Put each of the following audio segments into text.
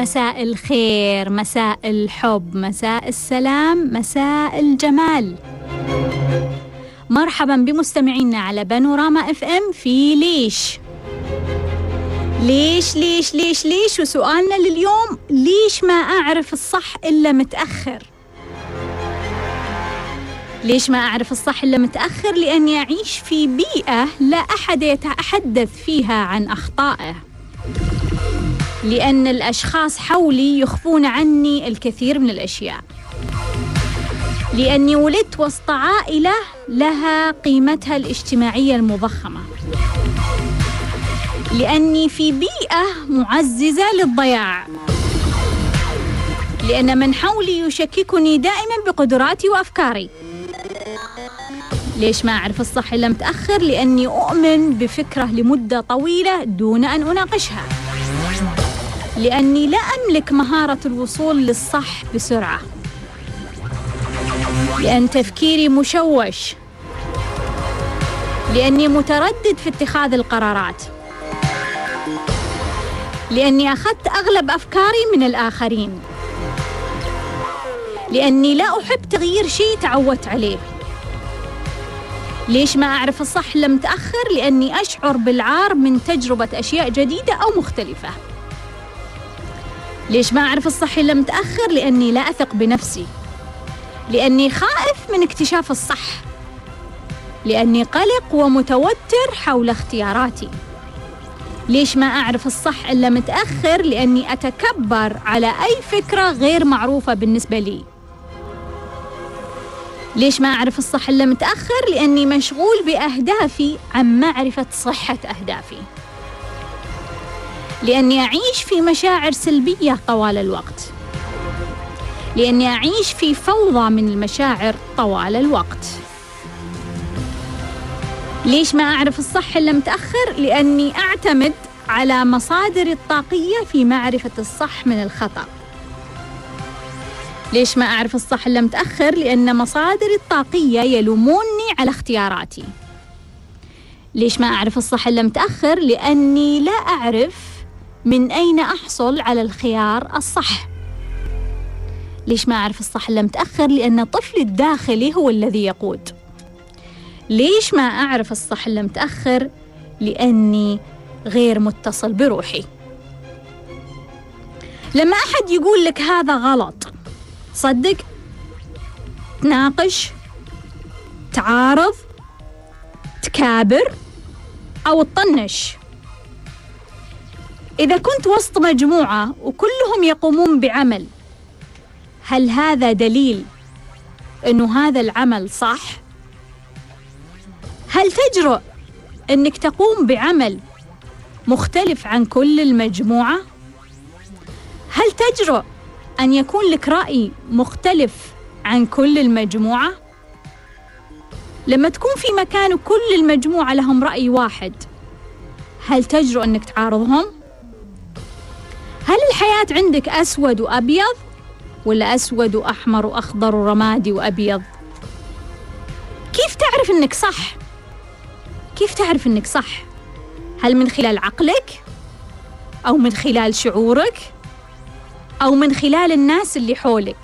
مساء الخير، مساء الحب، مساء السلام، مساء الجمال. مرحبا بمستمعينا على بانوراما اف ام في ليش. ليش ليش ليش ليش؟ وسؤالنا لليوم: ليش ما أعرف الصح إلا متأخر؟ ليش ما أعرف الصح إلا متأخر؟ لأني أعيش في بيئة لا أحد يتحدث فيها عن أخطائه، لأن الأشخاص حولي يخفون عني الكثير من الأشياء، لأني ولدت وسط عائلة لها قيمتها الاجتماعية المضخمة، لأني في بيئة معززة للضياع، لأن من حولي يشككني دائما بقدراتي وأفكاري. ليش ما أعرف الصح إلا متأخر؟ لأني أؤمن بفكرة لمدة طويلة دون أن أناقشها، لأني لا أملك مهارة الوصول للصح بسرعة، لأن تفكيري مشوش، لأني متردد في اتخاذ القرارات، لأني أخذت أغلب أفكاري من الآخرين، لأني لا أحب تغيير شيء تعودت عليه. ليش ما أعرف الصح إلا متأخر؟ لأني أشعر بالعار من تجربة أشياء جديدة أو مختلفة. ليش ما أعرف الصح إلا متأخر؟ لأني لا أثق بنفسي، لأني خائف من اكتشاف الصح، لأني قلق ومتوتر حول اختياراتي. ليش ما أعرف الصح إلا متأخر؟ لأني أتكبر على أي فكرة غير معروفة بالنسبة لي. ليش ما أعرف الصح إلا متأخر؟ لأني مشغول بأهدافي عن معرفة صحة أهدافي، لأني أعيش في مشاعر سلبية طوال الوقت، لأني أعيش في فوضى من المشاعر طوال الوقت. ليش ما أعرف الصح إلا متأخر؟ لأني أعتمد على مصادري الطاقية في معرفة الصح من الخطأ. ليش ما أعرف الصح إلا متأخر؟ لأن مصادري الطاقية يلوموني على اختياراتي. ليش ما أعرف الصح إلا متأخر؟ لأني لا أعرف من أين أحصل على الخيار الصح. ليش ما أعرف الصح إلا متأخر؟ لأن طفلي الداخلي هو الذي يقود. ليش ما أعرف الصح إلا متأخر؟ لأني غير متصل بروحي. لما أحد يقول لك هذا غلط، صدق، تناقش، تعارض، تكابر أو تطنش. إذا كنت وسط مجموعة وكلهم يقومون بعمل، هل هذا دليل أنه هذا العمل صح؟ هل تجرؤ أنك تقوم بعمل مختلف عن كل المجموعة؟ هل تجرؤ أن يكون لك رأي مختلف عن كل المجموعة؟ لما تكون في مكان وكل المجموعة لهم رأي واحد، هل تجرؤ أنك تعارضهم؟ هل الحياة عندك أسود وأبيض، ولا أسود وأحمر وأخضر ورمادي وأبيض؟ كيف تعرف أنك صح؟ كيف تعرف أنك صح؟ هل من خلال عقلك؟ أو من خلال شعورك؟ أو من خلال الناس اللي حولك؟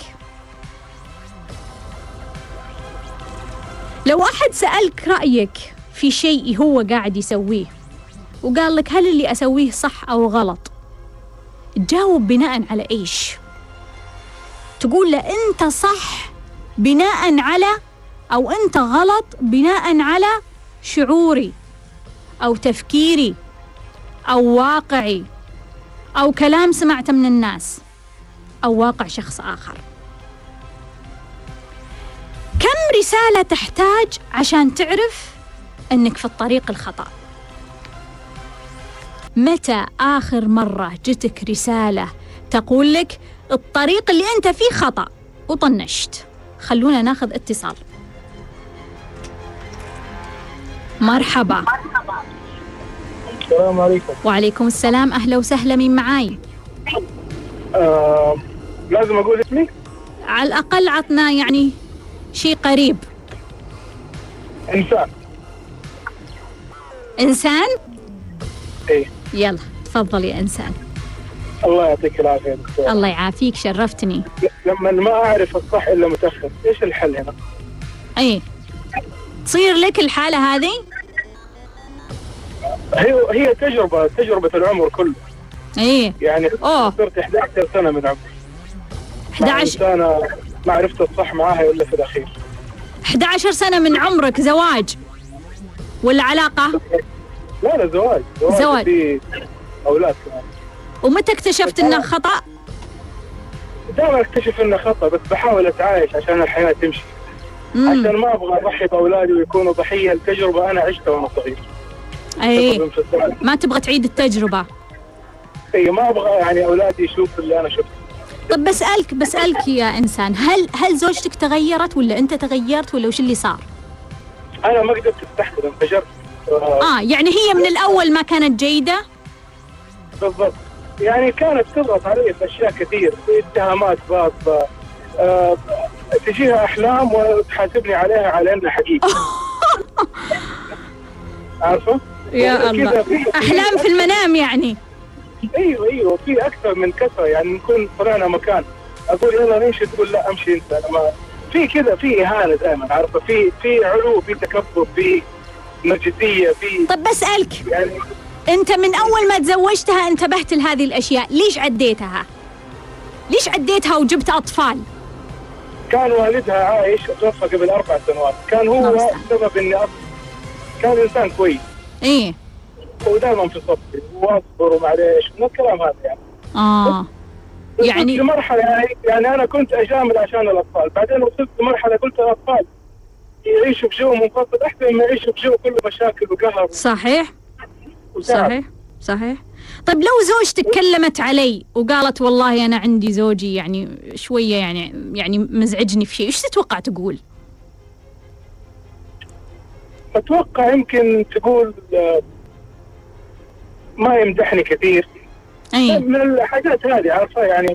لو أحد سألك رأيك في شيء هو قاعد يسويه وقال لك هل اللي أسويه صح أو غلط، تجاوب بناء على إيش؟ تقول له أنت صح بناء على، أو أنت غلط بناء على شعوري أو تفكيري أو واقعي أو كلام سمعته من الناس أو واقع شخص آخر؟ كم رسالة تحتاج عشان تعرف أنك في الطريق الخطأ؟ متى آخر مرة جتك رسالة تقول لك الطريق اللي أنت فيه خطأ وطنشت؟ خلونا ناخذ اتصال. مرحبا. السلام عليكم. وعليكم السلام، أهلا وسهلا، مين معاي؟ لازم أقول اسمي؟ على الأقل عطنا يعني شيء قريب. إنسان. إنسان؟ إيه. يلا تفضل يا إنسان. الله يعطيك العافية دكتور. الله يعافيك، شرفتني. لما ما أعرف الصح إلا متأخر، إيش الحل هنا؟ أي تصير لك الحالة هذه؟ هي تجربة العمر كله. ايه يعني صرت 11 سنة من عمري. 11 سنة ما عرفت الصح معاها إلا في الأخير. 11 سنة من عمرك زواج ولا علاقة؟ لا زواج. في أولاد كمان. ومتى اكتشفت إنه خطأ؟ دائما أكتشف إنه خطأ، بس بحاول أتعايش عشان الحياة تمشي. عشان ما أبغى أضحي بأولادي ويكونوا ضحية لتجربة أنا عشتها وأنا صغير. أي ما تبغى تعيد التجربة. اي ما ابغى يعني اولادي يشوفوا اللي انا شفته. طب بسألك يا انسان، هل زوجتك تغيرت ولا انت تغيرت ولا وش اللي صار؟ انا ما قدرت استحمل، انفجرت. يعني هي من الاول ما كانت جيدة؟ بالضبط، يعني كانت تضغط علي في اشياء كثير، في اتهامات باطلة، تجيها احلام وتحاسبني عليها على انها حقيقة. عارفة؟ يا الله، احلام في المنام يعني. ايوه في اكثر من كثره، يعني نكون طلعنا مكان اقول يلا نمشي تقول لا امشي انت. انا ما في كذا، في اهانه دائما، عارفه، في علو، في تكبر، في نرجسيه، في. طب بسالك يعني انت من اول ما تزوجتها انتبهت لهذه الاشياء، ليش عديتها؟ ليش عديتها وجبت اطفال؟ كان والدها عايش وتوفى قبل 4 سنوات، كان هو سبب اني كان انسان كويس. ايه ودائما في صفي واصبر ومعليش من الكلام هذا يعني. يعني في مرحله يعني انا كنت اجامل عشان الاطفال، بعدين وصلت لمرحله قلت الاطفال يعيشوا بجو منفصل احسن ما يعيشوا بجو كله مشاكل وقهر. صحيح. طيب لو زوجتك كلمت علي وقالت والله انا عندي زوجي يعني شويه يعني مزعجني في شيء، ايش تتوقع تقول؟ اتوقع يمكن تقول ما يمدحني كثير. أي. من الحاجات هذه، عارفه يعني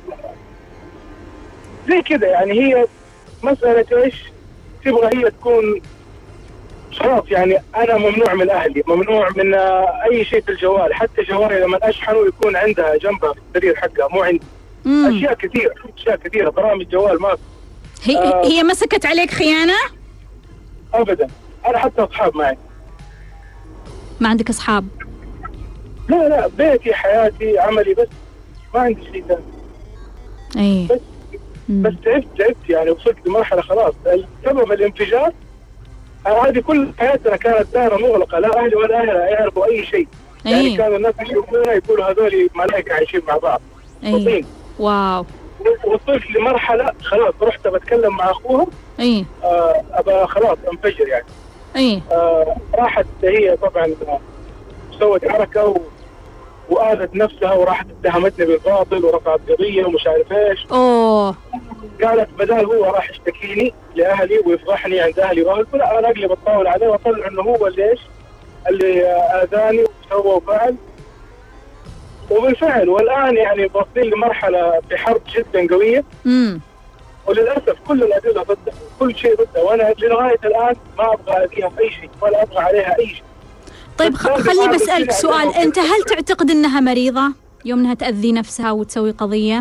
زي كذا. يعني هي مسألة ايش تبغى هي تكون خلاص. يعني انا ممنوع من اهلي، ممنوع من اي شيء في الجوال، حتى جوالي لما اشحنه يكون عندها جنبها في السرير حقها، مو عندي. اشياء كثيرة برامج جوال ما هي مسكت عليك خيانة؟ ابدا. انا حتى اصحاب معي. ما عندك اصحاب؟ لا بيتي حياتي عملي بس، ما عندي شيء ثاني. اي بس تعبت يعني، وصلت لمرحله خلاص. سبب الانفجار هذه كل حياتنا كانت دائره مغلقه، لا اهلي ولا اهلها يعرفوا اي شيء. يعني كانوا الناس يشوفونا يقولوا هذول ملائكه عايشين مع بعض. واو. وصلت لمرحله خلاص رحت بتكلم مع اخوها. ابى خلاص انفجر يعني. راحت هي طبعا سوت حركه وآذت نفسها وراحت اتهمتني بالباطل ورفعت قضيه ومش عارف ايش. قالت بدال هو راح يشتكيني لاهلي ويفضحني عند اهلي واهلي، لا انا اقلب الطاوله عليه واطلع انه هو اللي ايش اللي اذاني وسوى وفعل. وبالفعل والان يعني واصلين لمرحله في حرب جدا قويه. وللاسف كل الادله ضده، كل شيء ضده، وانا لغايه الان ما ابغى اذيها في اي شيء ولا ابغى عليها اي شيء. طيب خلي بسألك سؤال، أنت هل تعتقد أنها مريضة يوم أنها تأذي نفسها وتسوي قضية؟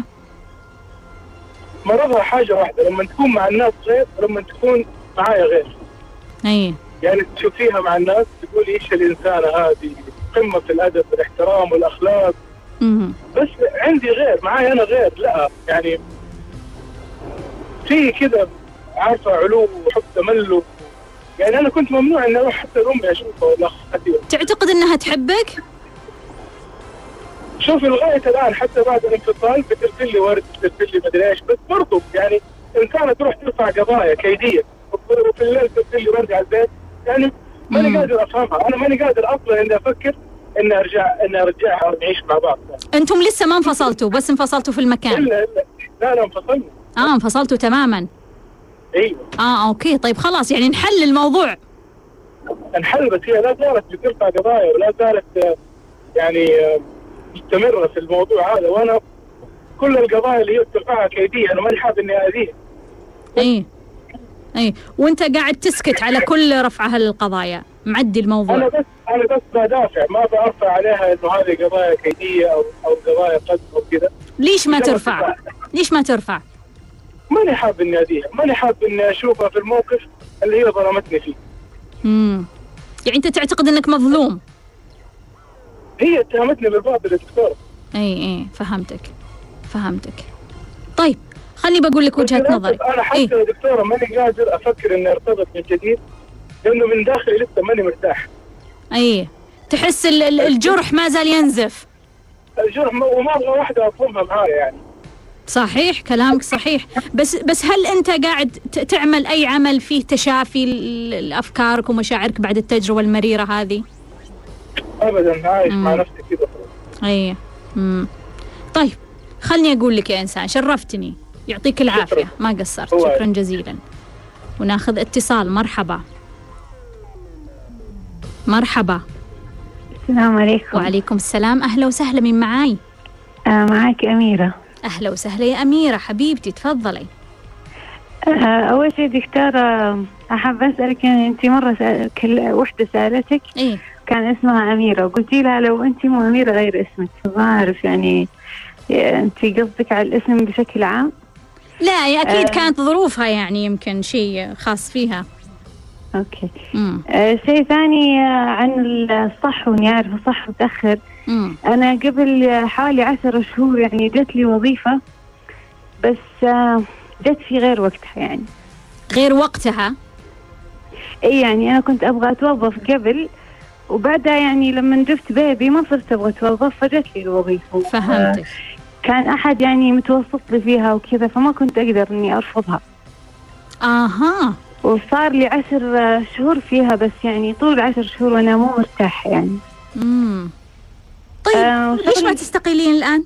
مرضها حاجة واحدة، لما تكون مع الناس غير، لما تكون معايا غير. يعني تشوفيها مع الناس تقولي إيش الإنسانة هذه، قمة في الأدب والاحترام والأخلاق. بس عندي غير، معايا أنا غير، لا يعني في كذا عارفة علو وحب تملك. يعني أنا كنت ممنوع إني أروح حتى لأمي أشوفها ولا أختي. تعتقد إنها تحبك؟ شوفي لغاية الآن حتى بعد الانفصال بترسل لي ورد، بترسل لي مدري إيش، بس برضو يعني إنسانة تروح ترفع قضايا كيدية وفي الليل ترسل لي ورد على البيت. يعني ماني قادر أفهمها، أنا ماني قادر أصلا إني أفكر إني أرجعها ونعيش مع بعض. أنتم لسه ما انفصلتوا، بس انفصلتوا في المكان؟ لا انفصلنا. انفصلتوا تماما. ايوه. اوكي. طيب خلاص يعني نحل الموضوع. نحل، بس هي لا زالت بترفع قضايا ولا زالت يعني مستمره في الموضوع هذا، وانا كل القضايا اللي هي بترفعها كيديه انا ماني حابب اني اذيها. اي وانت قاعد تسكت على كل رفع هالقضايا؟ معدي الموضوع. أنا بس بدافع، ما برفع عليها إنه هذه قضايا كيدية أو قضايا قتل أو كذا. ليش ما ترفع؟ ليش ما ترفع؟ ماني حاب إني أديها، ماني حاب إني أشوفها في الموقف اللي هي ظلمتني فيه. يعني أنت تعتقد إنك مظلوم؟ هي اتهمتني بالباطل يا دكتورة. اي فهمتك. طيب خلني بقول لك وجهة نظري. أنا حتى يا دكتورة ماني قادر أفكر إني أرتبط من جديد، لأنه من داخلي لسه ماني مرتاح. تحس الجرح ما زال ينزف. الجرح وما أبغى واحدة أفهمها معايا يعني. صحيح، كلامك صحيح. بس هل أنت قاعد تعمل أي عمل فيه تشافي لأفكارك ومشاعرك بعد التجربة المريرة هذه؟ أبدا، عايش مع نفسي كذا. طيب خلني أقول لك يا إنسان، شرفتني، يعطيك العافية، ما قصرت، شكرا جزيلا. وناخذ اتصال. مرحبا. السلام عليكم. وعليكم السلام، أهلا وسهلا، من معاي؟ معاك أميرة. أهلا وسهلا يا أميرة حبيبتي، تفضلي. أول شيء دكتورة أحب أسألك، يعني أنت مرة وحدة سألتك كان اسمها أميرة، وقلتي لها لو أنت مو أميرة غير اسمك، ما أعرف يعني أنت قصدك على الاسم بشكل عام؟ لا أكيد كانت ظروفها، يعني يمكن شيء خاص فيها. أوكي. شيء ثاني عن الصح، وإني أعرف الصح متأخر. أنا قبل حوالي 10 شهور يعني جت لي وظيفة، بس جت في غير وقتها. يعني غير وقتها؟ إيه، يعني أنا كنت أبغى أتوظف قبل، وبعدها يعني لما جبت بيبي ما صرت أبغى أتوظف، فجت لي الوظيفة. فهمتك. كان أحد يعني متوسط لي فيها وكذا، فما كنت أقدر إني أرفضها. وصار لي 10 شهور فيها، بس يعني طول 10 شهور وأنا مو مرتاحة يعني. طيب ليش ما تستقيلين الآن؟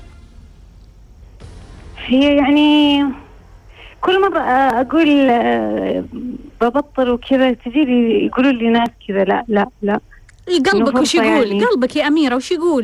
هي يعني كل مرة أقول ببطل وكذا، تجيلي يقولوا لي ناس كذا لا لا لا. قلبك وش يقول؟ يعني قلبك يا أميرة وش يقول؟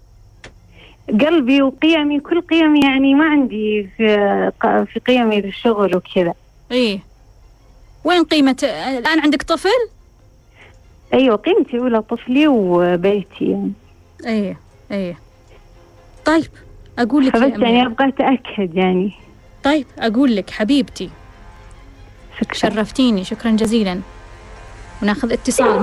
قلبي وقيمي، كل قيمي يعني ما عندي في قيمي للشغل وكذا. وين قيمة الآن؟ عندك طفل؟ أيوة، قيمتي أولى طفلي وبيتي يعني. طيب أقول لك بس يعني أبغى أتأكد يعني. طيب أقول لك حبيبتي، شرفتيني، شكرا جزيلا. وناخذ اتصال.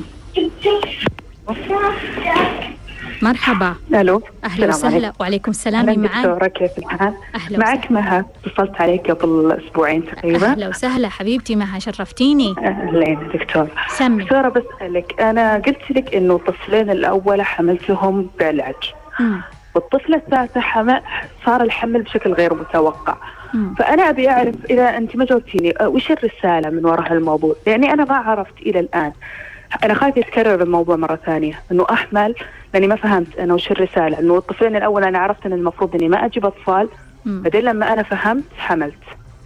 مرحبا. الو، اهلا وسهلا. وعليكم السلام. معاك دكتورة، كيف الحال؟ معك مها، اتصلت عليك قبل اسبوعين تقريبا. اهلا وسهلا حبيبتي مها، شرفتيني. اهلين دكتور. سمي. دكتورة بسألك، انا قلت لك انه الطفلين الاولى حملتهم بعلاج، والطفلة الثالثة صار الحمل بشكل غير متوقع. فأنا أبي أعرف، إذا أنت ما جاوبتيني وش الرسالة من وراء هالموضوع؟ يعني أنا ما عرفت إلى الآن، أنا خايفة يتكرر الموضوع مرة ثانية، إنه أحمل لأني ما فهمت أنا وش الرسالة. إنه الطفلين الأول أنا عرفت إن المفروض إني ما أجيب أطفال، بعدين لما أنا فهمت حملت.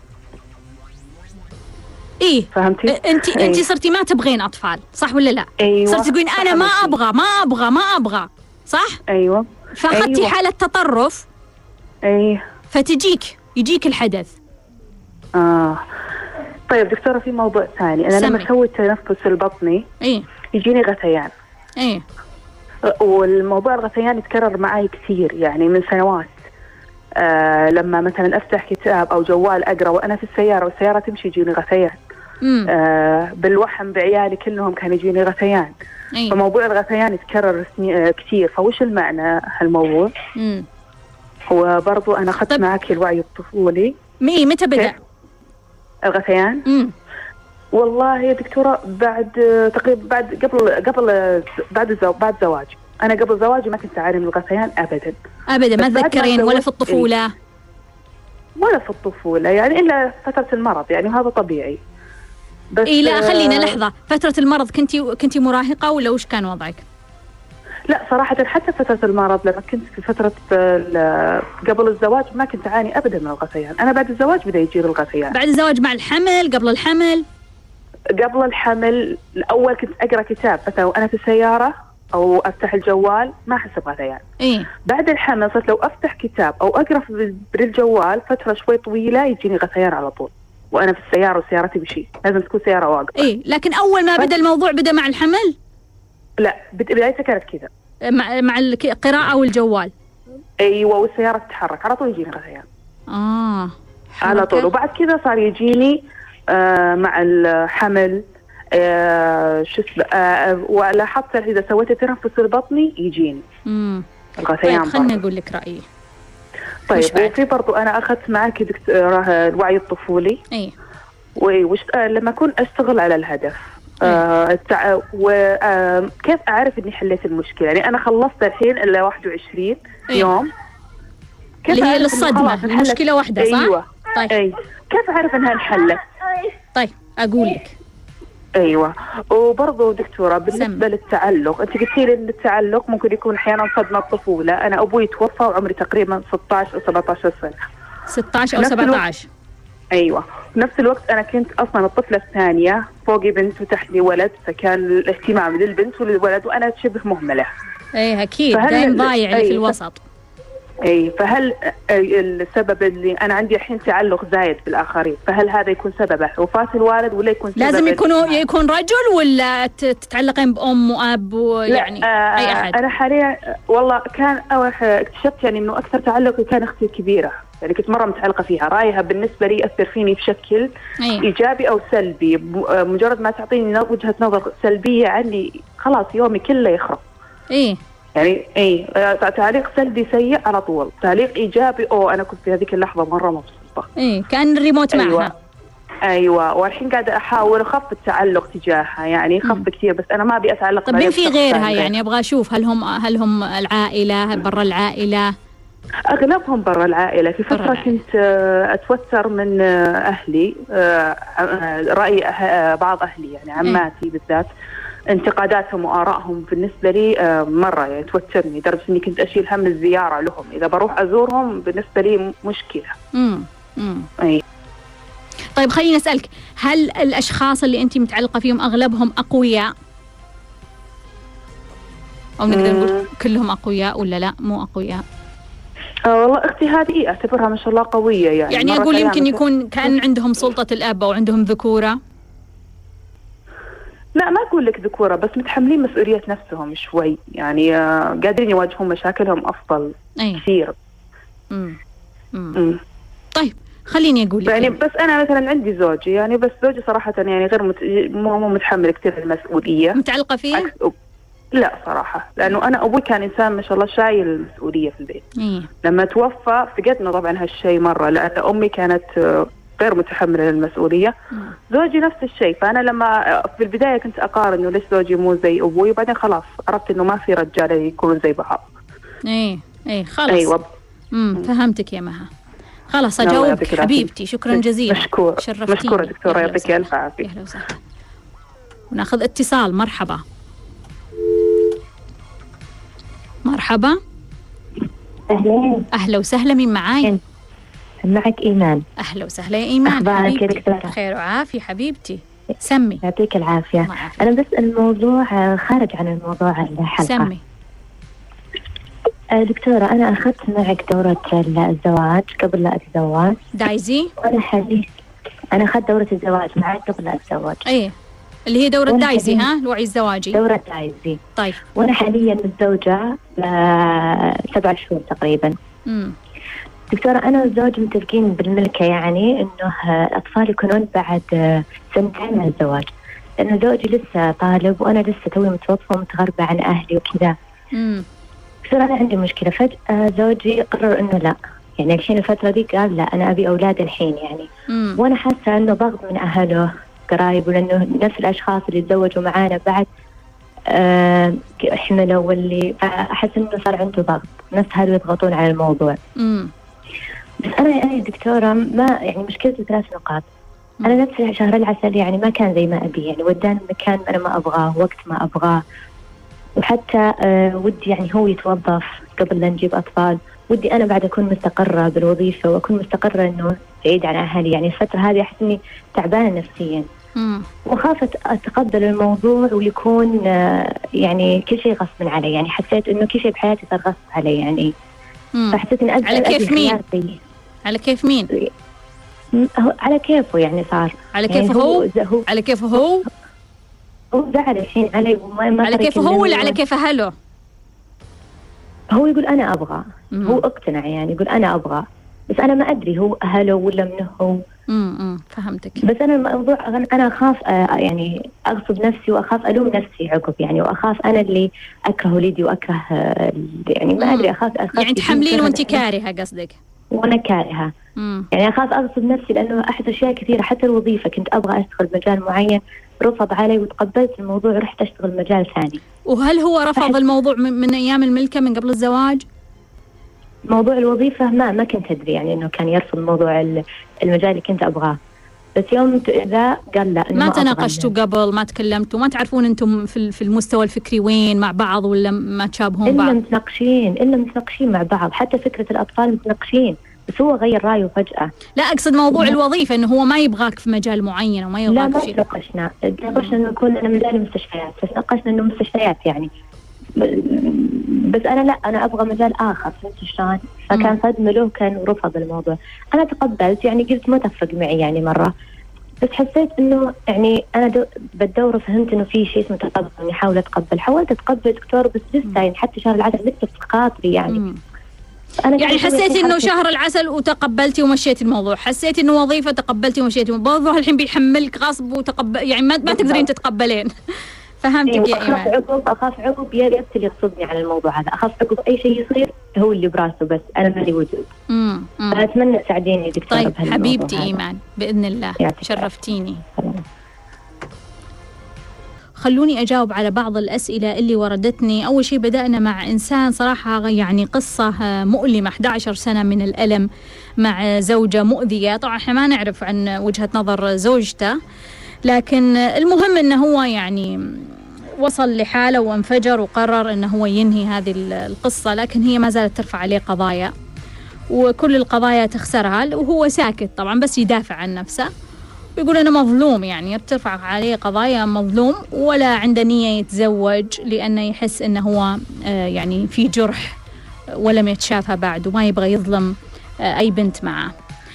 فهمتي؟ أنت صرتي ما تبغين أطفال، صح ولا لا؟ صرتي تقولين أنا ما أبغى، صح؟ أيوة. فأخذتي حالة تطرف. يجيك الحدث. طيب دكتورة، في موضوع ثاني، أنا لما أسوي التنفس البطني يجيني غثيان. والموضوع الغثيان يتكرر معي كثير، يعني من سنوات. لما مثلا أفتح كتاب أو جوال أقرأ وأنا في السيارة والسيارة تمشي يجيني غثيان. بالوحم بعيالي كلهم كان يجيني غثيان. فموضوع الغثيان يتكرر كثير، فوش المعنى هالموضوع؟ وبرضو أنا أخذت معك الوعي الطفولي. متى بدأ الغثيان؟ والله يا دكتورة بعد تقريبا بعد زواج. أنا قبل زواجي ما كنت أعاني من الغثيان أبدا. ما تذكرين ولا في الطفولة؟ ولا في الطفولة يعني، إلا فترة المرض يعني، وهذا طبيعي. بس لا خلينا لحظة، فترة المرض كنتي مراهقة ولا وش كان وضعك؟ لا صراحة حتى فترة المرض لما كنت في فترة قبل الزواج ما كنت أعاني أبدا من الغثيان. أنا بعد الزواج بدأ يجير الغثيان. بعد الزواج مع الحمل؟ قبل الحمل؟ قبل الحمل الأول كنت أقرأ كتاب مثلا وأنا في السيارة أو أفتح الجوال ما أحس بغثيان. بعد الحمل صرت لو أفتح كتاب أو أقرأ بالجوال فترة شوي طويلة يجيني غثيان على طول. وأنا في السيارة وسيارتي بشيء، لازم تكون سيارة واقفة. إيه، لكن أول ما بدأ الموضوع بدأ مع الحمل؟ لا، بدايتها كانت كذا، مع القراءة والجوال. أيوة، والسيارة تتحرك على طول يجيني غثيان. على طول. وبعد كذا صار يجيني مع الحمل ولاحظت إذا سويت التنفس البطني يجيني الغثيان. طيب خلني أقول لك رأيي. طيب، وفي برضو أنا أخذت معك الوعي الطفولي. إيه. لما أكون أشتغل على الهدف، وكيف أعرف إني حليت المشكلة؟ يعني أنا خلصت الحين إلا 21 يوم. اللي هي الصدمة، المشكلة واحدة، صح؟ أيوة. طيب. كيف أعرف إنها انحلت؟ طيب أقول لك. أيوة. وبرضو دكتورة بالنسبة للتعلق، أنت قلتي لي إن التعلق ممكن يكون أحيانا صدمة طفولة. أنا أبوي توفى وعمري تقريبا 16 أو 17 سنة. 16 أو 17. أيوة. في نفس الوقت أنا كنت أصلا الطفلة الثانية، فوقي بنت وتحتي ولد، فكان الاهتمام للبنت وللولد وأنا شبه مهملة. إيه أكيد، دايم ضايع اللي في الوسط. اي، فهل السبب اللي انا عندي الحين تعلق زايد بالآخرين، فهل هذا يكون سببه وفاة الوالد ولا يكون سبب لازم يكون رجل ولا تتعلقين بأم وأب ويعني أي أحد؟ أنا حاليا والله كان اكتشفت يعني إنه أكثر تعلقي كان أختي الكبيرة، يعني كنت مرة متعلقة فيها. رأيها بالنسبة لي أثر فيني بشكل إيجابي أو سلبي. مجرد ما تعطيني وجهة نظر سلبية عني خلاص يومي كله يخرب. يعني تعليق سلبي سيء على طول، تعليق إيجابي أنا كنت في هذيك اللحظة مرة مبسوطة. كأن الريموت معها. أيوة. والحين قاعدة أحاول أخف التعلق تجاهها، يعني خف كثير، بس أنا ما أبي أتعلق. طب مين في غيرها يعني؟ أبغى أشوف هل هم العائلة، برا العائلة؟ أغلبهم برا العائلة. في فترة كنت أتوتر من أهلي، رأي بعض أهلي يعني عماتي بالذات، انتقاداتهم وآرائهم بالنسبة لي مرة يعني توترني، لدرجة إني كنت أشيل هم الزيارة لهم. إذا بروح أزورهم بالنسبة لي مشكلة. أي. طيب خليني أسألك، هل الأشخاص اللي أنت متعلقة فيهم أغلبهم أقوياء؟ أو نقدر نقول كلهم أقوياء ولا لا مو أقوياء؟ والله أختي هذه أعتبرها ما شاء الله قوية. يعني أقول يمكن يكون كأن عندهم سلطة الأب أو عندهم ذكورة. لا، ما أقول لك ذكورة، بس متحملين مسؤولية نفسهم شوي، يعني قادرين يواجهون مشاكلهم أفضل كثير. طيب خليني أقول لك يعني بس أنا مثلا عندي زوجي، يعني بس زوجي صراحة يعني غير مو متحمل كثير المسؤولية. متعلقة فيه؟ لا صراحة، لأنه أنا أبوي كان إنسان ما شاء الله شايل المسؤولية في البيت. لما توفى فقدنا طبعا هالشيء مرة، لأن أمي كانت غير متحملة للمسؤولية. زوجي نفس الشيء. فأنا لما في البداية كنت أقارن إنه ليش زوجي مو زي أبوي، وبعدين خلاص عرفت إنه ما في رجالة يكونوا زي بعض. خلاص. أيوة. فهمتك يا مها. خلاص أجاوبك حبيبتي. شكرا جزيلا. شرفتيني. مشكورة دكتورة، يعطيك ألف عافية. أهلا وسهلا. وناخذ اتصال. مرحبا. مرحبا. أهلا. أهلا وسهلا. مين معاي؟ معك إيمان. أهلا وسهلا يا إيمان. أخبارك يا دكتورة؟ خير وعافية حبيبتي. سمي. يعطيك العافية. أنا بس الموضوع خارج عن الموضوع الحلقة. سمي. دكتورة، أنا أخذت معك دورة الزواج قبل لا أتزوج. دايزي؟ أنا أخذت دورة الزواج معك قبل لا أتزوج. اللي هي دورة دايزي، الوعي الزواجي. دورة دايزي. طيب. وأنا حاليا متزوجة 7 شهور تقريبا. دكتورة، أنا والزوج متفقين بالملكة، يعني إنه الأطفال يكونون بعد 2 من الزواج، لأن زوجي لسه طالب وأنا لسه توي متوظفة ومتغربة عن أهلي وكذا. دكتورة، أنا عندي مشكلة. فجأة زوجي قرر إنه لا، يعني الحين الفترة دي قال لا أنا أبي أولاد الحين يعني. وأنا حاسة إنه ضغط من أهله قرايب، ولأنه نفس الأشخاص اللي تزوجوا معانا بعد حملوا، واللي أحس إنه صار عنده ضغط، نفس هذول يضغطون على الموضوع. بس أنا دكتورة ما يعني مشكلتي 3 نقاط. أنا نفس شهر العسل يعني ما كان زي ما أبي، يعني وداني مكان أنا ما أبغاه وقت ما أبغاه، وحتى ودي يعني هو يتوظف قبل لا نجيب أطفال. ودي أنا بعد أكون مستقرة بالوظيفة وأكون مستقرة إنه بعيد عن أهلي. يعني الفترة هذه أحس إني تعبانة نفسيا، وخافت أتقبل الموضوع ويكون يعني كل شيء غصب علي. يعني حسيت إنه كل شيء بحياتي صار غصب علي يعني. فحسيت إن على كيف مين؟ على كيف مين؟ على كيفه يعني صار على كيفه يعني هو على كيفه هو زعل الحين علي وما على كيفه هو ولا على كيف أهله؟ هو يقول أنا أبغى. هو اقتنع يعني يقول أنا أبغى، بس أنا ما أدري هو أهله ولا منه هو. فهمتك. بس أنا الموضوع أنا أخاف يعني أغصب نفسي وأخاف ألوم نفسي عقب يعني، وأخاف أنا اللي أكره وليدي وأكره يعني ما أدري أخاف يعني تحملين وأنت كارهة قصدك؟ وأنا كارهة يعني أخاف أغصب نفسي، لأنه أحد أشياء كثيرة حتى الوظيفة كنت أبغى أشتغل مجال معين رفض علي وتقبلت الموضوع ورحت أشتغل مجال ثاني. وهل هو رفض الموضوع من أيام الملكة من قبل الزواج؟ موضوع الوظيفة ما كنت أدري يعني إنه كان يرفض موضوع المجال اللي كنت أبغاه، بس يوم ذا قال لا. ما تناقشتوا قبل؟ ما تكلمتوا؟ ما تعرفون أنتم في المستوى الفكري وين مع بعض ولا ما تشابهون بعض؟ إلا متناقشين مع بعض، حتى فكرة الأطفال متناقشين، بس هو غير رأيه فجأة. لا أقصد موضوع الوظيفة إنه هو ما يبغاك في مجال معين وما يبغاك في شيء. لا ما تناقشنا إنه كلنا مجال مستشفيات، بس ناقشنا إنه مستشفيات يعني، بس أنا لا أنا أبغى مجال آخر، فهمت شلون؟ فكان صدمة له كان ورفض الموضوع. أنا تقبلت يعني قلت ما تفرق معي يعني مرة، بس حسيت إنه يعني أنا بالدورة فهمت إنه في شيء اسمه تقبل، إني حاولت أتقبل دكتور، بس لسه يعني حتى شهر العسل لسه في خاطري يعني. يعني حسيتي إنه شهر العسل وتقبلتي ومشيتي الموضوع، حسيتي إنه وظيفة تقبلتي ومشيتي الموضوع، الحين بيحملك غصب وتقبل يعني ما تقدرين تتقبلين. فهمتك يا إيمان. أخاف عقب يا اللي يقصدني على الموضوع هذا، أخاف عقب أي شيء يصير هو اللي براسه، بس أنا مالي وجود. فأتمنى تساعديني دكتورة. طيب حبيبتي إيمان بإذن الله شرفتيني. خلوني أجاوب على بعض الأسئلة اللي وردتني. أول شيء بدأنا مع إنسان صراحة يعني قصة مؤلمة، 11 سنة من الألم مع زوجة مؤذية. طبعا احنا ما نعرف عن وجهة نظر زوجته، لكن المهم أنه هو يعني وصل لحاله وانفجر وقرر أنه هو ينهي هذه القصة، لكن هي ما زالت ترفع عليه قضايا وكل القضايا تخسرها، وهو ساكت طبعا بس يدافع عن نفسه ويقول أنا مظلوم، يعني ترفع عليه قضايا مظلوم، ولا عنده نية يتزوج لأنه يحس أنه هو يعني في جرح ولم يتشافى بعد وما يبغى يظلم أي بنت معه.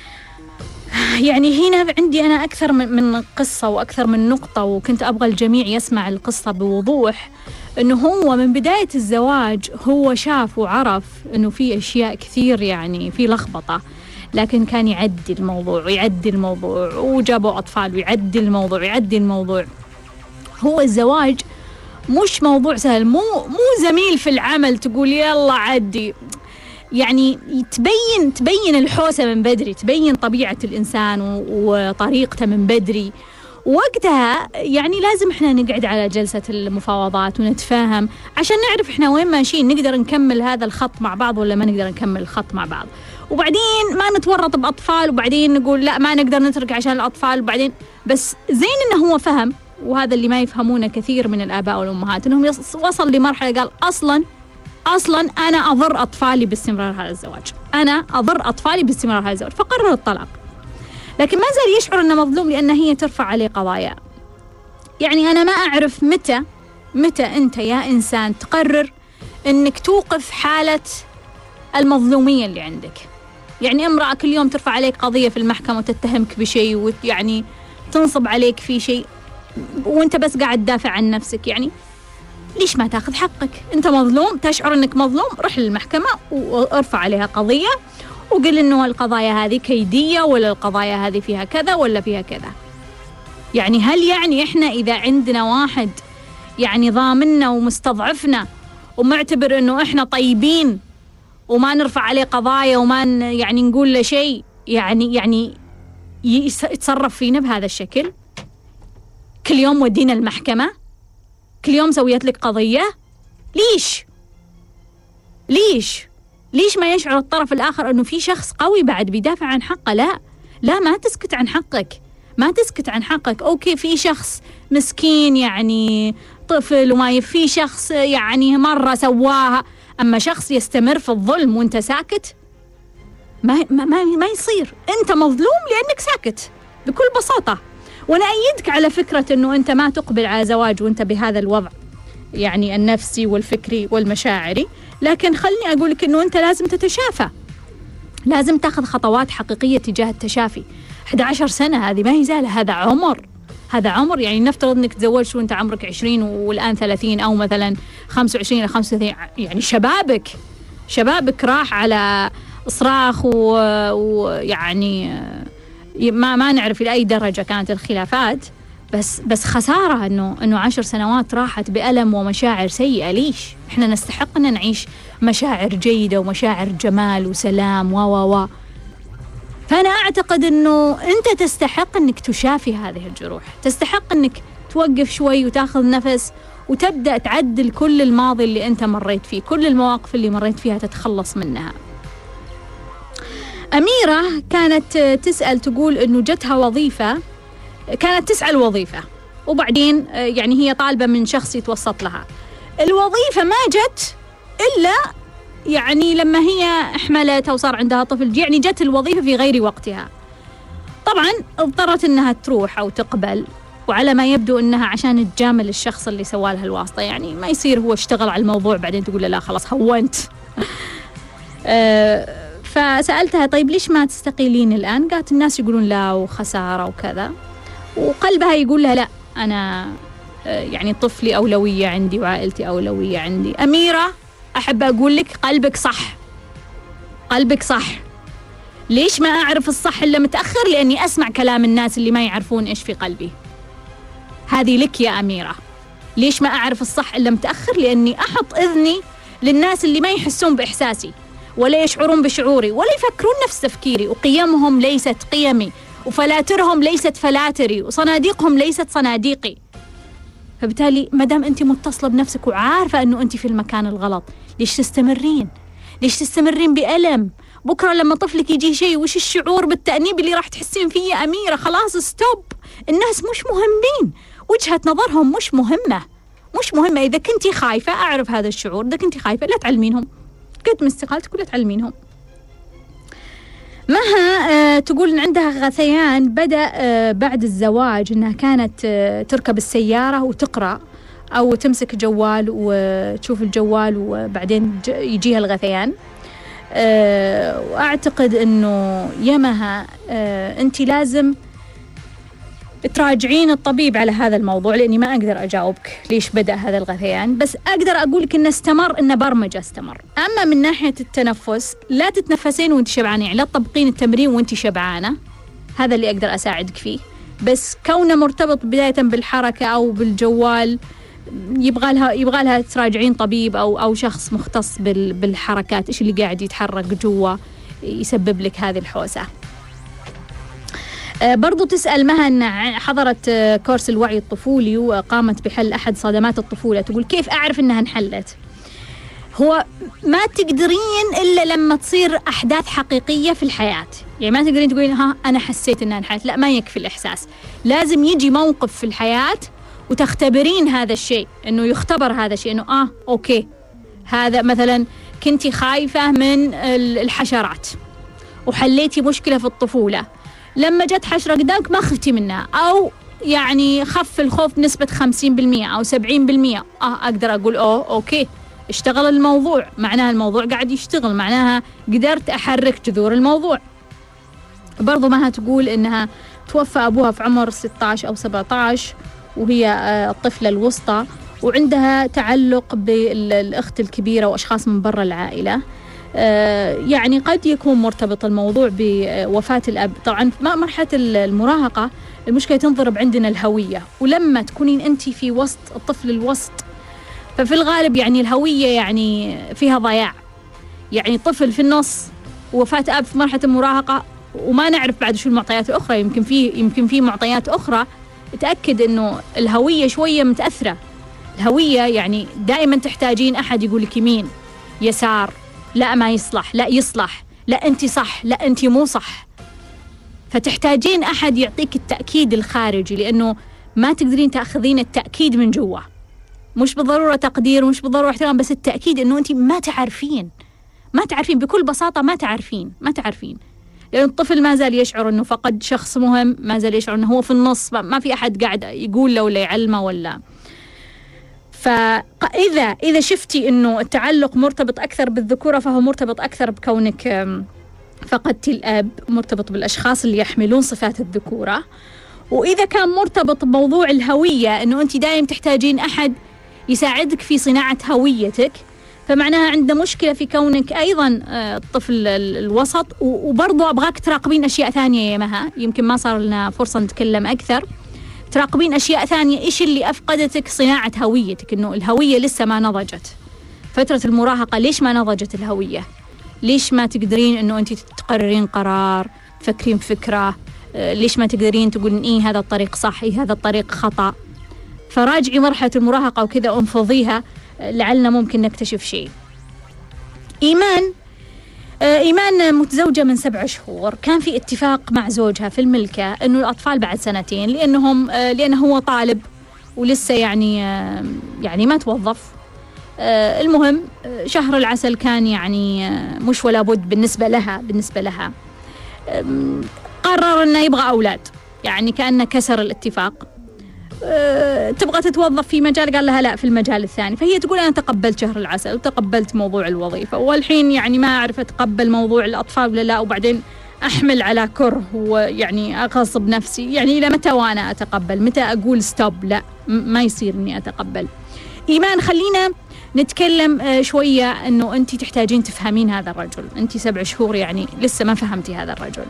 يعني هنا عندي أنا أكثر من قصة وأكثر من نقطة، وكنت أبغى الجميع يسمع القصة بوضوح. أنه هو من بداية الزواج هو شاف وعرف أنه في أشياء كثير يعني في لخبطة، لكن كان يعدي الموضوع وجابوا أطفال ويعدي الموضوع. هو الزواج مش موضوع سهل، مو زميل في العمل تقول يلا عدي، يعني تبين الحوسة من بدري، تبين طبيعة الإنسان وطريقته من بدري. وقتها يعني لازم احنا نقعد على جلسة المفاوضات ونتفاهم عشان نعرف احنا وين ماشيين، نقدر نكمل هذا الخط مع بعض ولا ما نقدر نكمل الخط مع بعض، وبعدين ما نتورط بأطفال وبعدين نقول لا ما نقدر نترك عشان الأطفال، وبعدين بس زين انه هو فهم. وهذا اللي ما يفهمونه كثير من الآباء والأمهات، انهم وصل لمرحلة قال أصلاً أنا أضر أطفالي باستمرار هذا الزواج، فقرر الطلاق. لكن ما زال يشعر أنه مظلوم لأن هي ترفع عليه قضايا. يعني أنا ما أعرف متى أنت يا إنسان تقرر أنك توقف حالة المظلومية اللي عندك. يعني امرأة كل يوم ترفع عليك قضية في المحكمة وتتهمك بشيء ويعني تنصب عليك في شيء وانت بس قاعد تدافع عن نفسك، يعني ليش ما تاخذ حقك؟ انت مظلوم، تشعر انك مظلوم، روح للمحكمة وارفع عليها قضية وقل انه القضايا هذه كيدية ولا القضايا هذه فيها كذا ولا فيها كذا. يعني هل يعني احنا اذا عندنا واحد يعني ضامننا ومستضعفنا ومعتبر انه احنا طيبين وما نرفع عليه قضايا وما يعني نقول له شيء، يعني يتصرف فينا بهذا الشكل؟ كل يوم ودينا المحكمة، كل يوم سويت لك قضية، ليش ما يشعر الطرف الآخر أنه في شخص قوي بعد بيدافع عن حقه؟ لا ما تسكت عن حقك. أوكي في شخص مسكين يعني طفل وما في شخص يعني مرة سواها، أما شخص يستمر في الظلم وانت ساكت ما يصير. انت مظلوم لأنك ساكت بكل بساطة. وانا أيدك على فكرة انه انت ما تقبل على زواج وانت بهذا الوضع يعني النفسي والفكري والمشاعري، لكن خلني أقولك انه انت لازم تتشافى، لازم تاخذ خطوات حقيقية تجاه التشافي. 11 سنة هذه ما هي سهلة، هذا عمر يعني نفترض انك تزوجت وانت عمرك 20 والآن 30 او مثلا 25 إلى 35، يعني شبابك راح على صراخ ويعني ما نعرف إلى أي درجة كانت الخلافات، بس خسارة إنه 10 سنوات راحت بألم ومشاعر سيئة. ليش؟ إحنا نستحق أن نعيش مشاعر جيدة ومشاعر جمال وسلام و فأنا أعتقد إنه أنت تستحق إنك تشافي هذه الجروح، تستحق إنك توقف شوي وتاخذ نفس وتبدأ تعدل كل الماضي اللي أنت مريت فيه، كل المواقف اللي مريت فيها تتخلص منها. أميرة كانت تسأل، تقول إنه جتها وظيفة، كانت تسأل وظيفة وبعدين يعني هي طالبة من شخص يتوسط لها. الوظيفة ما جت إلا يعني لما هي حملت أو صار عندها طفل، يعني جت الوظيفة في غير وقتها. طبعا اضطرت إنها تروح أو تقبل، وعلى ما يبدو إنها عشان تجامل الشخص اللي سوالها الواسطة، يعني ما يصير هو اشتغل على الموضوع بعدين تقول له لا خلاص هونت. فسألتها طيب ليش ما تستقيلين الآن؟ قالت الناس يقولون لا وخسارة وكذا، وقلبها يقول لها لا، أنا يعني طفلي أولوية عندي وعائلتي أولوية عندي. أميرة أحب أقول لك قلبك صح. ليش ما أعرف الصح إلا متأخر؟ لأني أسمع كلام الناس اللي ما يعرفون إيش في قلبي. هذه لك يا أميرة. ليش ما أعرف الصح إلا متأخر؟ لأني أحط إذني للناس اللي ما يحسون بإحساسي ولا يشعرون بشعوري ولا يفكرون نفس تفكيري، وقيمهم ليست قيمي، وفلاترهم ليست فلاتري، وصناديقهم ليست صناديقي. فبالتالي مدام أنت متصلة بنفسك وعارفة أنه أنت في المكان الغلط، ليش تستمرين بألم؟ بكرة لما طفلك يجي شيء وش الشعور بالتأنيب اللي راح تحسين فيه يا أميرة؟ خلاص ستوب. الناس مش مهمين، وجهة نظرهم مش مهمة. إذا كنتي خايفة أعرف هذا الشعور، إذا كنتي خايفة لا تعلمينهم، قد استقالتك ولا تعلمينهم. مها تقول إن عندها غثيان بدأ بعد الزواج، إنها كانت تركب السيارة وتقرأ أو تمسك جوال وتشوف الجوال وبعدين يجيها الغثيان. وأعتقد إنه يا مها أنت لازم تراجعين الطبيب على هذا الموضوع، لأني ما أقدر أجاوبك ليش بدأ هذا الغثيان، بس أقدر أقولك إنه استمر، إنه برمجة استمر. أما من ناحية التنفس، لا تتنفسين وانت شبعانة، يعني لا تطبقين التمرين وانت شبعانة، هذا اللي أقدر أساعدك فيه. بس كونه مرتبط بداية بالحركة أو بالجوال، يبغى لها تراجعين طبيب أو شخص مختص بالحركات، إيش اللي قاعد يتحرك جوا يسبب لك هذه الحوسة. برضو تسأل مها أن حضرت كورس الوعي الطفولي وقامت بحل أحد صدمات الطفولة، تقول كيف أعرف أنها انحلت؟ هو ما تقدرين إلا لما تصير أحداث حقيقية في الحياة، يعني ما تقدرين تقولين ها أنا حسيت أنها انحلت، لا، ما يكفي الإحساس، لازم يجي موقف في الحياة وتختبرين هذا الشيء، أنه يختبر هذا الشيء، أنه أوكي هذا مثلا كنتي خايفة من الحشرات وحليتي مشكلة في الطفولة، لما جت حشرة قدامك ما خفتي منها، أو يعني خف الخوف بنسبة 50% أو 70%، أقدر أقول أوكي اشتغل الموضوع، معناها الموضوع قاعد يشتغل، معناها قدرت أحرك جذور الموضوع. برضو ما تقول إنها توفى أبوها في عمر 16 أو 17 وهي الطفلة الوسطى، وعندها تعلق بالأخت الكبيرة وأشخاص من برا العائلة. يعني قد يكون مرتبط الموضوع بوفاة الأب. طبعا في مرحلة المراهقة المشكلة تنضرب عندنا الهوية، ولما تكونين أنت في وسط الطفل الوسط ففي الغالب يعني الهوية يعني فيها ضياع، يعني طفل في النص ووفاة أب في مرحلة المراهقة وما نعرف بعد شو المعطيات الأخرى، يمكن في معطيات أخرى تأكد إنه الهوية شوية متأثرة. الهوية يعني دائما تحتاجين أحد يقول لك يمين يسار، لا ما يصلح، لا يصلح، لا أنت صح، لا أنت مو صح، فتحتاجين أحد يعطيك التأكيد الخارجي، لأنه ما تقدرين تأخذين التأكيد من جوا، مش بالضرورة تقدير، مش بالضرورة احترام، بس التأكيد أنه أنت ما تعرفين بكل بساطة، ما تعرفين، لأن الطفل ما زال يشعر أنه فقد شخص مهم، ما زال يشعر أنه هو في النص، ما في أحد قاعد يقول له ولا يعلمه ولا. فإذا شفتي أنه التعلق مرتبط أكثر بالذكورة، فهو مرتبط أكثر بكونك فقدتي الأب، مرتبط بالأشخاص اللي يحملون صفات الذكورة. وإذا كان مرتبط بموضوع الهوية، أنه أنت دائم تحتاجين أحد يساعدك في صناعة هويتك، فمعناها عنده مشكلة في كونك أيضا الطفل الوسط. وبرضو أبغاك تراقبين أشياء ثانية يا مها، يمكن ما صار لنا فرصة نتكلم أكثر. تراقبين أشياء ثانية، إيش اللي أفقدتك صناعة هويتك؟ إنه الهوية لسه ما نضجت. فترة المراهقة ليش ما نضجت الهوية؟ ليش ما تقدرين إنه أنت تقررين قرار، تفكرين فكرة؟ ليش ما تقدرين تقولين إيه هذا الطريق صح، إيه هذا الطريق خطأ؟ فراجعي مرحلة المراهقة وكذا انفضيها، لعلنا ممكن نكتشف شيء. إيمان متزوجة من 7 شهور، كان في اتفاق مع زوجها في الملكة إنه الأطفال بعد 2 لأنه هو طالب ولسه يعني ما توظف. المهم شهر العسل كان يعني مش ولا بد بالنسبة لها. قرر إنه يبغى أولاد، يعني كأنه كسر الاتفاق. تبغى تتوظف في مجال، قال لها لا في المجال الثاني. فهي تقول أنا تقبلت شهر العسل وتقبلت موضوع الوظيفة، والحين يعني ما أعرف أتقبل موضوع الأطفال ولا لا، وبعدين أحمل على كره ويعني أغصب نفسي. يعني إلى متى وأنا أتقبل؟ متى أقول ستوب؟ لا ما يصير إني أتقبل. إيمان خلينا نتكلم شوية، أنه أنت تحتاجين تفهمين هذا الرجل. أنت 7 شهور يعني لسه ما فهمتي هذا الرجل.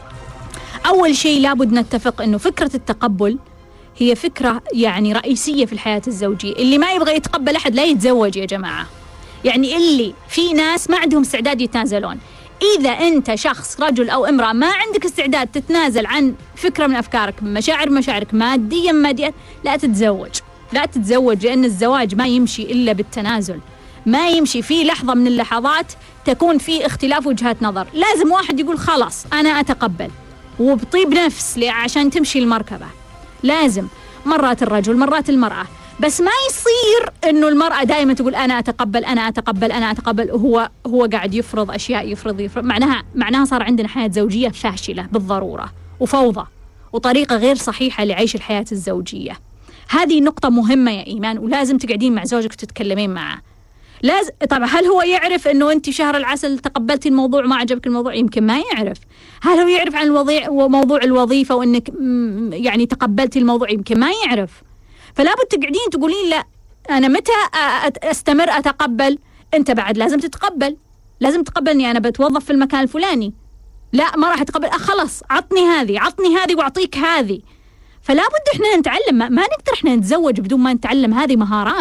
أول شيء لابد نتفق أنه فكرة التقبل هي فكرة يعني رئيسية في الحياة الزوجية. اللي ما يبغى يتقبل أحد لا يتزوج يا جماعة. يعني اللي في ناس ما عندهم استعداد يتنازلون. إذا أنت شخص رجل أو امرأة ما عندك استعداد تتنازل عن فكرة من أفكارك، مشاعرك ماديا لا تتزوج، لأن الزواج ما يمشي إلا بالتنازل. ما يمشي في لحظة من اللحظات تكون في اختلاف وجهات نظر، لازم واحد يقول خلاص أنا أتقبل، وبطيب نفس عشان تمشي المركبة. لازم مرات الرجل مرات المرأة، بس ما يصير إنه المرأة دائما تقول أنا أتقبل وهو قاعد يفرض أشياء يفرض. معناها صار عندنا حياة زوجية فاشلة بالضرورة، وفوضى، وطريقة غير صحيحة لعيش الحياة الزوجية. هذه نقطة مهمة يا إيمان، ولازم تقعدين مع زوجك وتتكلمين معه. طبعا هل هو يعرف إنه أنت شهر العسل تقبلتي الموضوع وما عجبك الموضوع؟ يمكن ما يعرف. هل هو يعرف عن موضوع الوظيفة وإنك يعني تقبلتي الموضوع؟ يمكن ما يعرف. فلا بد تقعدين تقولين لا أنا متى أستمر أتقبل؟ أنت بعد لازم تقبلني أنا بتوظف في المكان الفلاني. لا ما راح أتقبل، خلاص عطني هذه وأعطيك هذه. فلا بد إحنا نتعلم، ما نقدر إحنا نتزوج بدون ما نتعلم. هذه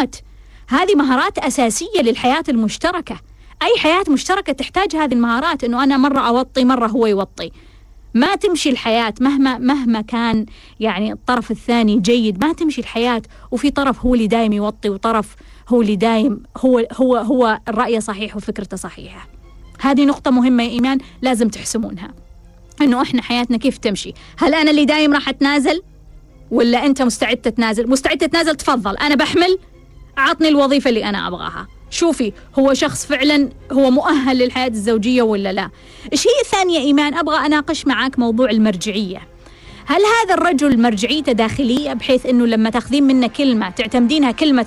مهارات أساسية للحياة المشتركة. أي حياة مشتركة تحتاج هذه المهارات، إنه أنا مرة أوطي مرة هو يوطي. ما تمشي الحياة مهما كان يعني الطرف الثاني جيد، ما تمشي الحياة وفي طرف هو اللي دايم يوطي وطرف هو اللي دايم هو الرأي صحيح وفكرته صحيحة. هذه نقطة مهمة يا إيمان لازم تحسمونها، إنه إحنا حياتنا كيف تمشي. هل أنا اللي دايم راح أتنازل ولا أنت مستعد تتنازل؟ تفضل أنا بحمل، عطني الوظيفة اللي أنا أبغاها. شوفي هو شخص فعلا هو مؤهل للحياة الزوجية ولا لا. الشيء الثاني يا إيمان أبغى أناقش معاك موضوع المرجعية. هل هذا الرجل مرجعيته داخلية بحيث أنه لما تأخذين منه كلمة تعتمدينها كلمة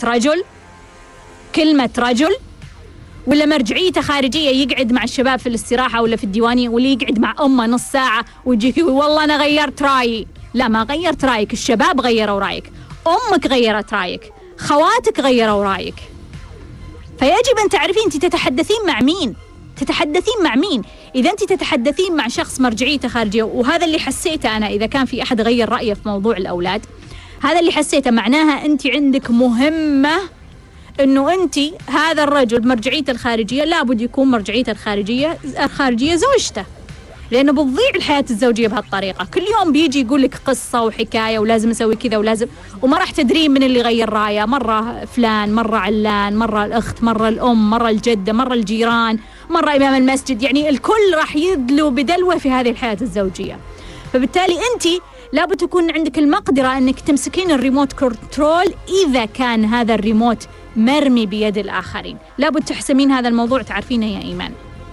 رجل، ولا مرجعيته خارجية يقعد مع الشباب في الاستراحة ولا في الديوانية، ولا يقعد مع أمه نص ساعة ويجيك يقول والله أنا غيرت رأيي؟ لا ما غيرت رأيك، الشباب غيروا رأيك، أمك غيرت رأيك، خواتك غيروا رأيك. فيجب أن تعرفين أنت تتحدثين مع مين. إذا أنت تتحدثين مع شخص مرجعيته خارجية، وهذا اللي حسيته أنا إذا كان في أحد غير رأيه في موضوع الأولاد، هذا اللي حسيته معناها أنت عندك مهمة، أنه أنت هذا الرجل مرجعيته الخارجية لابد يكون مرجعيته الخارجية زوجته، لأنه بتضيع الحياة الزوجية بهالطريقة. كل يوم بيجي يقول لك قصة وحكاية ولازم أسوي كذا وما راح تدرين من اللي غير رايه. مرة فلان، مرة علان، مرة الأخت، مرة الأم، مرة الجدة، مرة الجيران، مرة إمام المسجد. يعني الكل راح يدلو بدلوه في هذه الحياة الزوجية. فبالتالي أنت لابد تكون عندك المقدرة أنك تمسكين الريموت كنترول إذا كان هذا الريموت مرمي بيد الآخرين. لابد تحسمين هذا الموضوع، تعرفينه يا إيمان.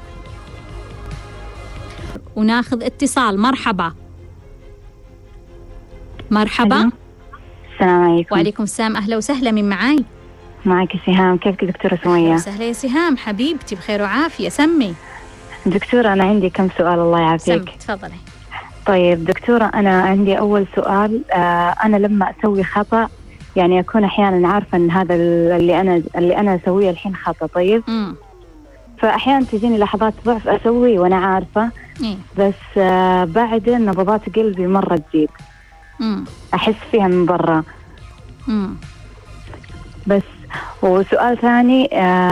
وناخذ اتصال. مرحبا. السلام عليكم. وعليكم السلام، أهلا وسهلا. من معاي؟ معك سهام. كيفك دكتورة سمية؟ أهلا وسهلا يا سهام حبيبتي، بخير وعافية. سمي. دكتورة أنا عندي كم سؤال الله يعافيك. تفضلي. طيب دكتورة أنا عندي أول سؤال، أنا لما أسوي خطأ يعني أكون أحيانا عارفة أن هذا اللي أنا أسويه الحين خطأ. طيب فأحيانا تجيني لحظات ضعف أسوي وأنا عارفة بس بعدين نبضات قلبي مرة تزيد، أحس فيها من برا. بس وسؤال ثاني،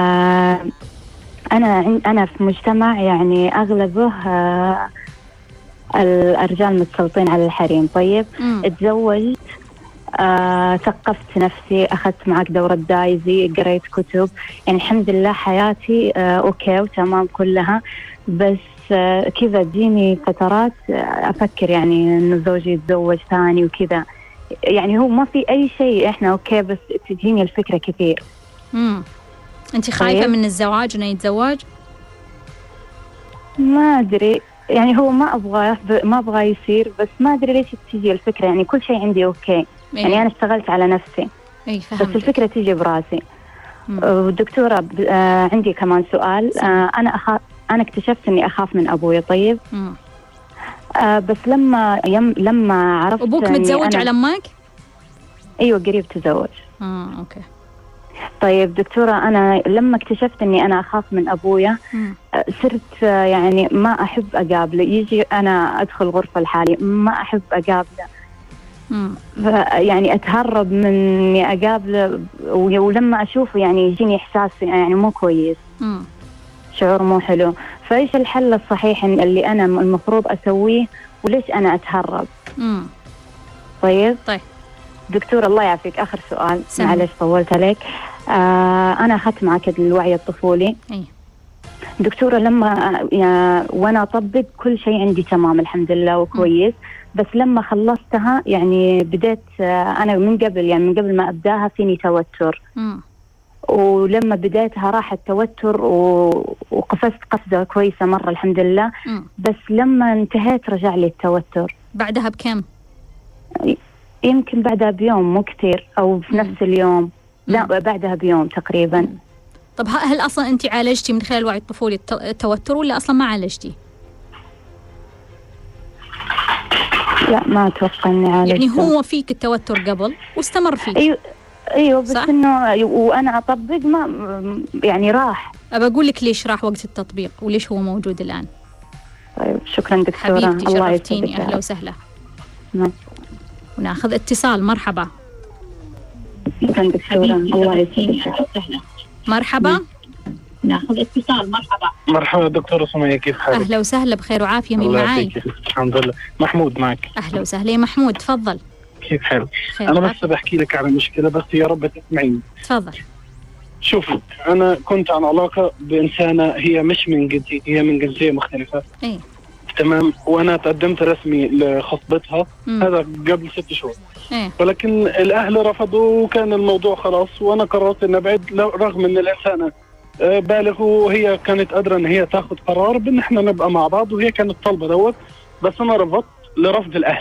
أنا في مجتمع يعني أغلبه الرجال متسلطين على الحريم. طيب اتزوجت، ثقفت نفسي، أخذت معك دورة دايزي، قريت كتب، يعني الحمد لله حياتي أوكي وتمام كلها. بس كذا تجيني فترات أفكر يعني إنه زوجي يتزوج ثاني وكذا، يعني هو ما في أي شيء، إحنا أوكي بس تجيني الفكرة كثير. أنت خايفة من الزواج إنه يتزوج؟ ما أدري، يعني هو ما أبغى يصير، بس ما أدري ليش تيجي الفكرة، يعني كل شيء عندي أوكي. يعني أنا اشتغلت على نفسي بس الفكرة تيجي براسي. ودكتورة عندي كمان سؤال، أنا اكتشفت إني أخاف من أبوي. طيب بس لما عرفت أبوك متزوج على أمك؟ أيوة قريب تزوج. أوكي. طيب دكتورة أنا لما اكتشفت إني أنا أخاف من أبويا صرت يعني ما أحب أقابله، يجي أنا أدخل غرفة لحالي ما أحب أقابله. يعني أتهرب من إني أقابله، ولما أشوفه يعني يجيني إحساس يعني مو كويس، شعور مو حلو. فإيش الحل الصحيح اللي أنا المفروض أسويه، وليش أنا أتهرب؟ طيب دكتور الله يعافيك، آخر سؤال معلش طولت عليك. أنا أخذت معك الوعي الطفولي. دكتورة لما وأنا أطبق كل شيء عندي تمام الحمد لله وكويس، بس لما خلصتها يعني بديت أنا من قبل ما أبداها فيني توتر. ولما بدايتها راح التوتر وقفزت قفزة كويسة مرة الحمد لله. بس لما انتهيت رجع لي التوتر. بعدها بكم؟ يمكن بعدها بيوم، مو كتير، أو في نفس اليوم. لا بعدها بيوم تقريبا. طب هل أصلا أنت عالجتي من خلال الوعي الطفولي التوتر ولا أصلا ما عالجتي؟ لا ما أتوقع إني عالجته. يعني هو فيك التوتر قبل واستمر فيك. أيوة بس إنه وأنا أطبق ما يعني راح. أبى أقول لك ليش راح وقت التطبيق وليش هو موجود الآن. طيب شكرا دكتورة، حبيبتي شرفتيني. أهلا وسهلا. وناخذ اتصال. مرحبا. شكرا دكتورة، الله يسعدك. مرحبا. ناخذ اتصال. مرحبا دكتورة سمية، كيف حالك؟ أهلا وسهلا، بخير وعافية. مين معاي؟ الحمد لله، محمود معك. أهلا وسهلا يا محمود، تفضل. كيف حالك؟ أنا بس بحكي لك على مشكلة، بس يا رب تسمعيني. تفضل. شوفي أنا كنت عن علاقة بإنسانة هي مش من جنسيتي، هي من جنسية مختلفة. تمام. وأنا تقدمت رسمي لخطبتها هذا قبل 6 شهور. ولكن الأهل رفضوا وكان الموضوع خلاص، وأنا قررت أن أبعد رغم أن الإنسانة بالغ، وهي كانت قادرة أن هي تاخذ قرار بأن احنا نبقى مع بعض، وهي كانت طالبة دوت، بس أنا رفضت لرفض الأهل.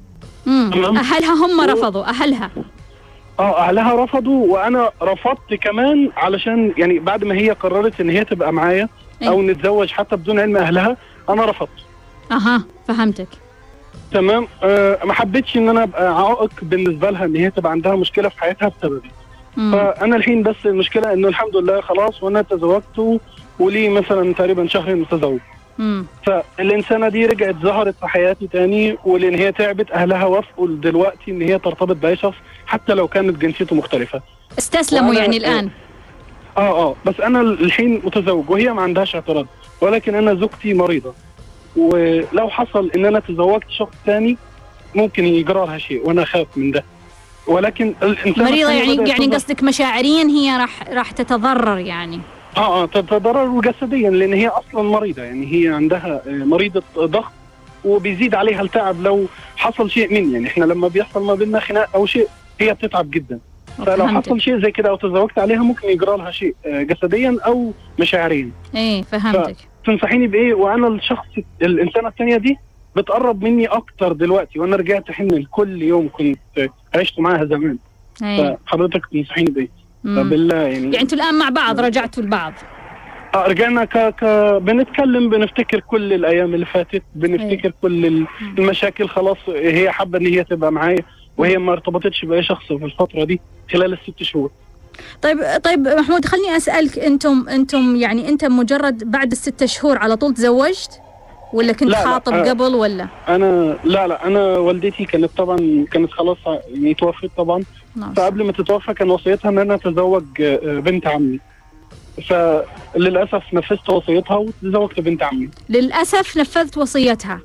أهلها هم رفضوا؟ أهلها أهلها رفضوا، وأنا رفضت كمان علشان يعني بعد ما هي قررت أن هي تبقى معايا أو نتزوج حتى بدون علم أهلها، أنا رفضت. فهمتك. تمام. ما حبيتش ان انا ابقى عائق بالنسبه لها ان هي تبقى عندها مشكله في حياتها بسببي. فانا الحين بس المشكله انه الحمد لله خلاص، وانا تزوجت ولي مثلا تقريبا شهر متزوج. فالانسانه دي رجعت ظهرت في حياتي تاني، ولان هي تعبت اهلها وافقوا دلوقتي ان هي ترتبط باي شخص حتى لو كانت جنسيته مختلفه. استسلموا يعني الان؟ بس انا الحين متزوج وهي ما عندهاش اعتراض، ولكن انا زوجتي مريضه، ولو حصل ان انا تزوجت شخص ثاني ممكن يجرى لها شيء، وانا اخاف من ده. ولكن الانسان مريضه يعني قصدك مشاعريا هي راح تتضرر يعني؟ تتضرر جسديا، لان هي اصلا مريضه، يعني هي عندها مريضه ضغط وبيزيد عليها التعب لو حصل شيء يعني احنا لما بيحصل ما بيننا خناق او شيء هي بتتعب جدا. فلو حصل شيء زي كده او تزوجت عليها ممكن يجرى لها شيء جسديا او مشاعريا. فهمتك. تنصحيني بايه؟ وانا الشخص الانسانه الثانيه دي بتقرب مني اكتر دلوقتي، وانا رجعت احن كل يوم كنت عشت معاها زمان. فحضرتك تنصحيني بايه؟ فبالله يعني انتوا الان مع بعض، رجعتوا لبعض؟ رجعنا بنتكلم، بنفتكر كل الايام اللي فاتت، بنفتكر كل المشاكل. خلاص هي حابه ان هي تبقى معايا، وهي ما ارتبطتش باي شخص في الفتره دي خلال ال6 شهور. طيب محمود، خلني اسالك، انتم يعني انت مجرد بعد ال6 شهور على طول تزوجت ولا كنت خاطب قبل ولا؟ انا لا انا والدتي كانت خلاص يعني توفت طبعا. فقبل ما تتوفى كان وصيتها ان انا اتزوج بنت عمي، فللاسف نفذت وصيتها وتزوجت بنت عمي. للاسف نفذت وصيتها؟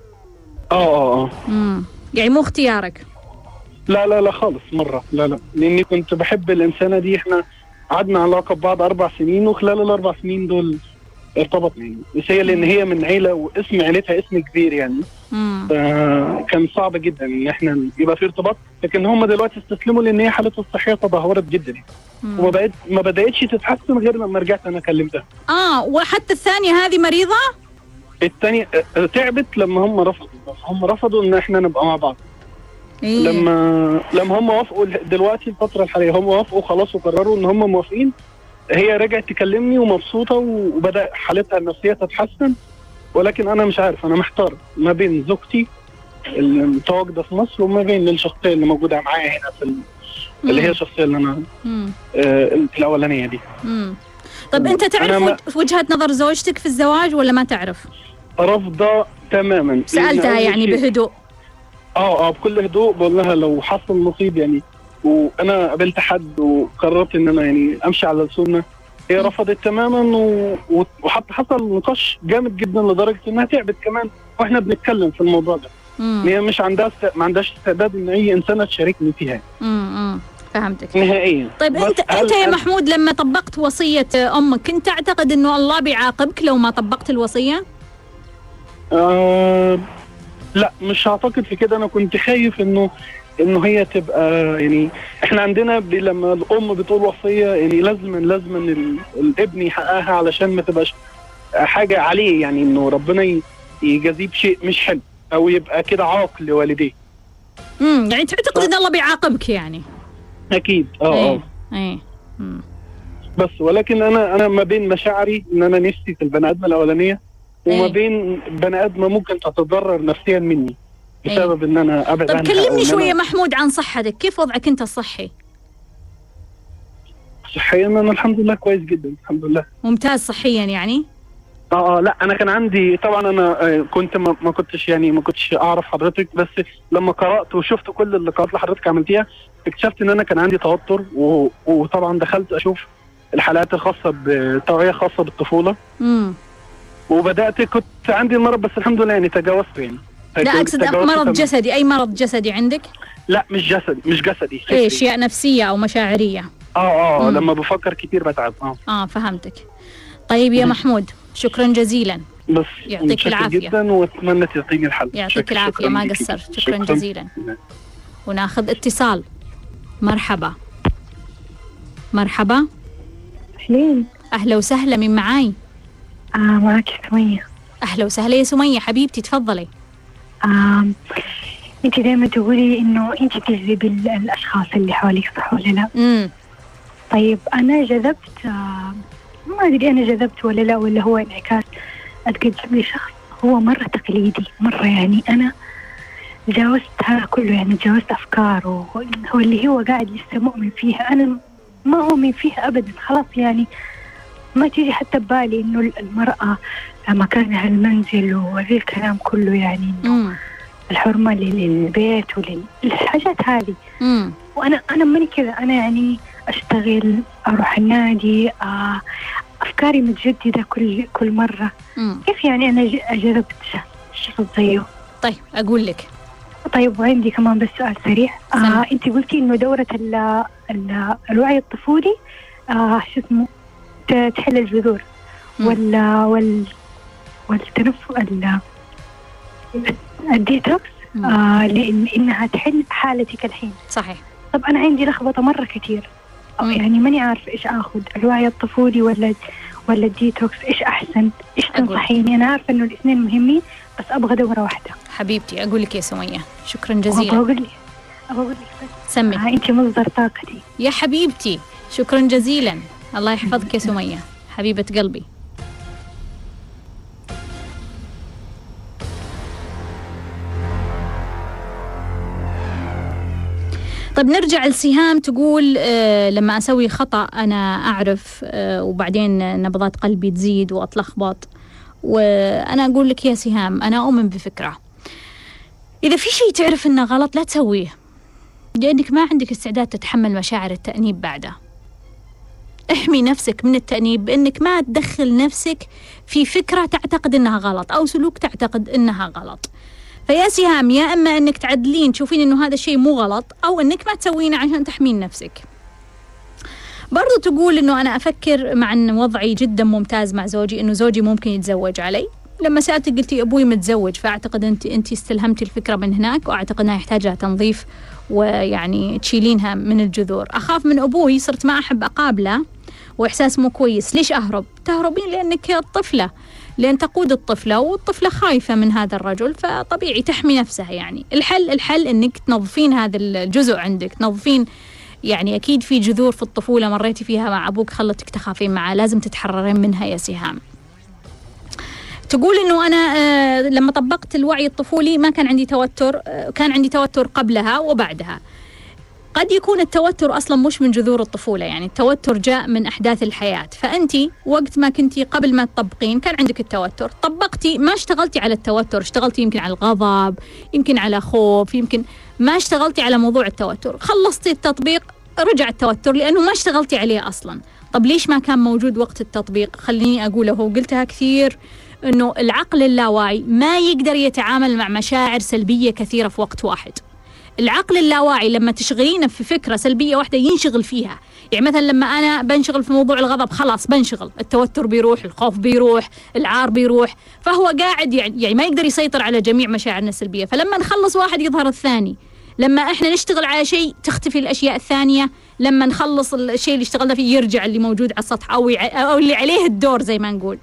يعني مو اختيارك؟ لا خالص مره، لا لاني كنت بحب الانسانه دي. احنا قعدنا علاقه ببعض 4 سنين، وخلال ال4 سنين دول ارتبطنا يعني. بس هي لان هي من عيله واسم عيلتها اسم كبير يعني، كان صعب جدا ان احنا يبقى في ارتباط. لكن هم دلوقتي استسلموا لان هي حالتها الصحيه تدهورت جدا يعني. وما بدأتش تتحسن غير لما رجعت انا كلمتها. وحتى الثانيه هذه مريضه؟ الثانيه تعبت لما هم رفضوا ان احنا نبقى مع بعض. لما هم وافقوا دلوقتي الفتره الحاليه، هم وافقوا خلاص وقرروا ان هم موافقين. هي رجعت تكلمني ومبسوطه، وبدأ حالتها النفسيه تتحسن. ولكن انا مش عارف، انا محتار ما بين زوجتي المتواجده في مصر وما بين الشخصيه اللي موجوده معايا هنا في اللي هي الشخصيه اللي انا الاولانيه دي. طب انت تعرف وجهه نظر زوجتك في الزواج ولا ما تعرف؟ رافضه تماما. سالتها يعني بهدوء؟ بكل هدوء. بقول لها لو حصل نصيب يعني وانا قابلت حد وقررت ان انا يعني امشي على السنه، هي رفضت تماما. وحتى حصل نقاش جامد جدا لدرجه انها تعبت كمان واحنا بنتكلم في الموضوع ده. هي مش ما عندهاش استعداد ان اي انسانه تشاركني فيها. فهمتك نهائيا. طيب انت يا محمود لما طبقت وصيه امك كنت تعتقد انه الله بيعاقبك لو ما طبقت الوصيه؟ لا مش هعتقد في كده. انا كنت خايف انه هي تبقى يعني احنا عندنا لما الام بتقول وصيه يعني لازم الابن يحققها علشان ما تبقاش حاجه عليه، يعني انه ربنا يجازيه بشيء مش حلو او يبقى كده عاق لوالديه. يعني تعتقد ان الله بيعاقبك يعني؟ اكيد. بس ولكن انا ما بين مشاعري ان انا نفسي في البني ادمه الاولانيه، وما بين بني ادمه ممكن تتضرر نفسيا مني بسبب ان انا ابعد عنها. طب كلمني شويه محمود عن صحتك، كيف وضعك انت الصحي؟ صحيا انا الحمد لله كويس جدا، الحمد لله ممتاز صحيا يعني. لا انا كان عندي طبعا، انا كنت ما كنتش اعرف حضرتك، بس لما قرات وشفت كل اللقاءات اللي حضرتك عملتيها اكتشفت ان انا كان عندي توتر. وطبعا دخلت اشوف الحلقات الخاصه بتوعيه خاصه بالطفوله. وبدات كنت عندي المرض، بس الحمد لله يعني تجاوزته يعني. لا اقصد مرض جسدي. اي مرض جسدي عندك؟ لا مش جسدي. اشياء نفسيه او مشاعريه؟ لما بفكر كتير بتعب. فهمتك. طيب يا محمود شكرا جزيلا. بس يعطيك العافيه جدا، واتمنى تعطيني الحل. يعطيك العافيه، ما قصرت. شكرا جزيلا. وناخذ اتصال. مرحبا. أهلين. اهلا وسهلا، من معاي؟ معك سمية. اهلا وسهلا يا سمية حبيبتي، تفضلي. انت دائما تقولي انه انت تجذبي الاشخاص اللي حواليك، صح ولا لا؟ طيب انا جذبت، ما ادري انا جذبت ولا لا، ولا هو انعكاس. اتقدم لي شخص هو مرة تقليدي، مرة يعني انا تجاوزت هذا كله، يعني تجاوزت افكاره. هو اللي هو قاعد لسه مؤمن فيها، انا ما أؤمن فيها ابدا. خلاص يعني ما تيجي حتى ببالي انه المرأة مكانها المنزل وذي الكلام كله، يعني انه الحرمة للبيت وللحاجات هذه. وانا ماني كذا. انا يعني اشتغل، اروح النادي، افكاري متجددة كل مرة. كيف يعني انا جذبت شخص زيه؟ طيب اقول لك. طيب وعندي كمان بس سؤال سريع. انت قلتي انه دورة الوعي الطفولي شو اسمه تحل الجذور والتنفس الديتوكس لانها تحل حالتك الحين. صحيح. طب انا عندي لخبطه مره كثير، يعني ماني عارفه ايش اخذ، الوعي الطفولي ولا الديتوكس، ايش احسن، ايش تنصحيني؟ انا عارفه انه الاثنين مهمين بس ابغى دوره واحده. حبيبتي اقول لك يا سمية شكرا جزيلا. ابغى اقول لك بس سمي. انت مصدر طاقتي يا حبيبتي، شكرا جزيلا. الله يحفظك يا سمية حبيبة قلبي. طيب نرجع لسهام، تقول لما أسوي خطأ أنا أعرف وبعدين نبضات قلبي تزيد وأتلخبط. وأنا أقول لك يا سهام، أنا أؤمن بفكرة، إذا في شيء تعرف إنه غلط لا تسويه، لأنك ما عندك استعداد تتحمل مشاعر التأنيب بعده. احمي نفسك من التأنيب بأنك ما تدخل نفسك في فكرة تعتقد إنها غلط أو سلوك تعتقد إنها غلط. فيا سهام، يا إما أنك تعدلين تشوفين إنه هذا الشيء مو غلط، أو أنك ما تسوينه عشان تحمين نفسك. برضو تقول إنه أنا أفكر مع أن وضعي جدا ممتاز مع زوجي، إنه زوجي ممكن يتزوج علي. لما سألتك قلتي أبوي متزوج، فأعتقد أنت استلهمتي الفكرة من هناك، وأعتقد أنها يحتاج لها تنظيف ويعني تشيلينها من الجذور. أخاف من أبوي، صرت ما أحب أقابله وإحساس مو كويس. ليش أهرب؟ تهربين لأنك الطفلة، لأن تقود الطفلة والطفلة خايفة من هذا الرجل، فطبيعي تحمي نفسها. يعني الحل إنك تنظفين هذا الجزء عندك، تنظفين. يعني أكيد في جذور في الطفولة مريتي فيها مع أبوك خلتك تخافين معه، لازم تتحررين منها يا سهام. تقول إنه أنا لما طبقت الوعي الطفولي ما كان عندي توتر، كان عندي توتر قبلها وبعدها. قد يكون التوتر أصلا مش من جذور الطفولة، يعني التوتر جاء من أحداث الحياة. فأنتي وقت ما كنتي قبل ما تطبقين كان عندك التوتر، طبقتي ما اشتغلتي على التوتر، اشتغلتي يمكن على الغضب، يمكن على خوف، يمكن ما اشتغلتي على موضوع التوتر. خلصتي التطبيق رجع التوتر لأنه ما اشتغلتي عليه أصلا. طب ليش ما كان موجود وقت التطبيق؟ خليني أقوله، قلتها كثير، إنه العقل اللاواعي ما يقدر يتعامل مع مشاعر سلبية كثيرة في وقت واحد. العقل اللاواعي لما تشغلينه في فكرة سلبية واحدة ينشغل فيها. يعني مثلا لما أنا بنشغل في موضوع الغضب خلاص بنشغل، التوتر بيروح، الخوف بيروح، العار بيروح، فهو قاعد يعني ما يقدر يسيطر على جميع مشاعرنا السلبية. فلما نخلص واحد يظهر الثاني، لما إحنا نشتغل على شيء تختفي الأشياء الثانية، لما نخلص الشيء اللي اشتغلنا فيه يرجع اللي موجود على السطح أو اللي عليه الدور زي ما نقول.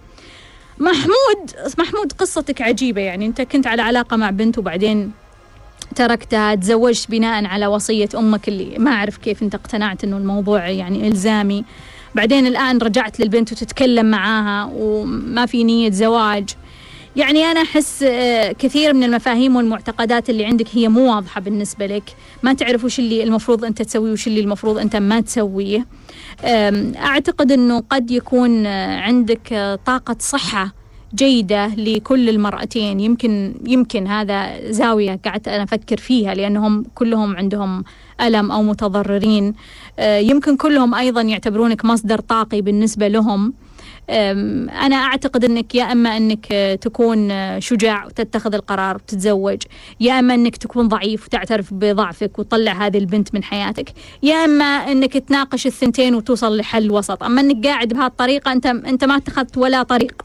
محمود قصتك عجيبة. يعني أنت كنت على علاقة مع بنت وبعدين تركتها، تزوجت بناء على وصية أمك اللي ما أعرف كيف أنت اقتنعت أنه الموضوع يعني إلزامي، بعدين الآن رجعت للبنت وتتكلم معاها وما في نية زواج. يعني أنا أحس كثير من المفاهيم والمعتقدات اللي عندك هي مو واضحة بالنسبة لك، ما تعرف وش اللي المفروض أنت تسويه وش اللي المفروض أنت ما تسويه. أعتقد أنه قد يكون عندك طاقة صحة جيدة لكل المرأتين. يمكن هذا زاوية قعدت أنا أفكر فيها، لأنهم كلهم عندهم ألم أو متضررين. يمكن كلهم أيضا يعتبرونك مصدر طاقي بالنسبة لهم. أنا أعتقد أنك يا أما أنك تكون شجاع وتتخذ القرار وتتزوج، يا أما أنك تكون ضعيف وتعترف بضعفك وتطلع هذه البنت من حياتك، يا أما أنك تناقش الثنتين وتوصل لحل وسط. أما أنك قاعد بهالطريقة أنت ما اتخذت ولا طريق.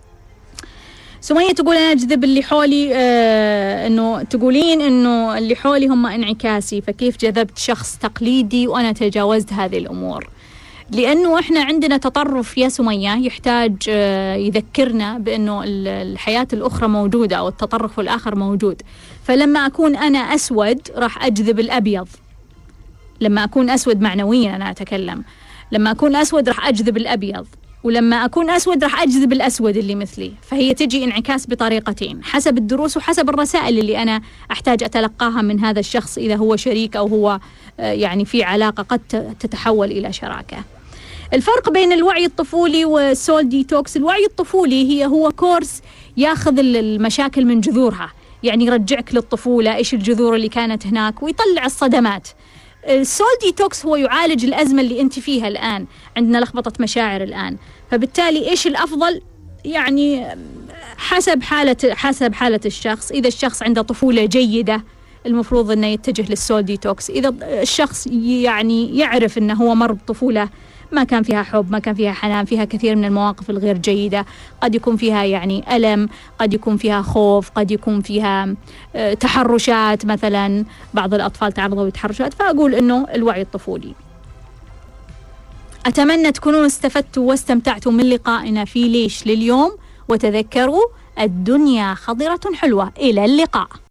سمية تقول أنا أجذب اللي حولي، إنه تقولين إنه اللي حولي هم انعكاسي، فكيف جذبت شخص تقليدي وأنا تجاوزت هذه الأمور؟ لأنه إحنا عندنا تطرف يا سمية يحتاج يذكرنا بأنه الحياة الأخرى موجودة أو التطرف الآخر موجود. فلما أكون أنا أسود راح أجذب الأبيض، لما أكون أسود معنويا أنا أتكلم، لما أكون أسود راح أجذب الأبيض، ولما أكون أسود راح أجذب الأسود اللي مثلي. فهي تجي انعكاس بطريقتين حسب الدروس وحسب الرسائل اللي أنا أحتاج أتلقاها من هذا الشخص، إذا هو شريك أو هو يعني في علاقة قد تتحول إلى شراكة. الفرق بين الوعي الطفولي والسول ديتوكس، الوعي الطفولي هو كورس ياخذ المشاكل من جذورها، يعني يرجعك للطفولة، إيش الجذور اللي كانت هناك ويطلع الصدمات. السول ديتوكس هو يعالج الأزمة اللي أنت فيها الآن، عندنا لخبطة مشاعر الآن، فبالتالي إيش الأفضل؟ يعني حسب حالة الشخص. إذا الشخص عنده طفولة جيدة المفروض أنه يتجه للسول ديتوكس. إذا الشخص يعني يعرف أنه هو مر بطفولة ما كان فيها حب، ما كان فيها حنان، فيها كثير من المواقف الغير جيدة، قد يكون فيها يعني ألم، قد يكون فيها خوف، قد يكون فيها تحرشات، مثلا بعض الأطفال تعرضوا لتحرشات، فأقول إنه الوعي الطفولي. أتمنى تكونوا استفدتوا واستمتعتوا من لقائنا في ليش لليوم، وتذكروا الدنيا خضرة حلوة. إلى اللقاء.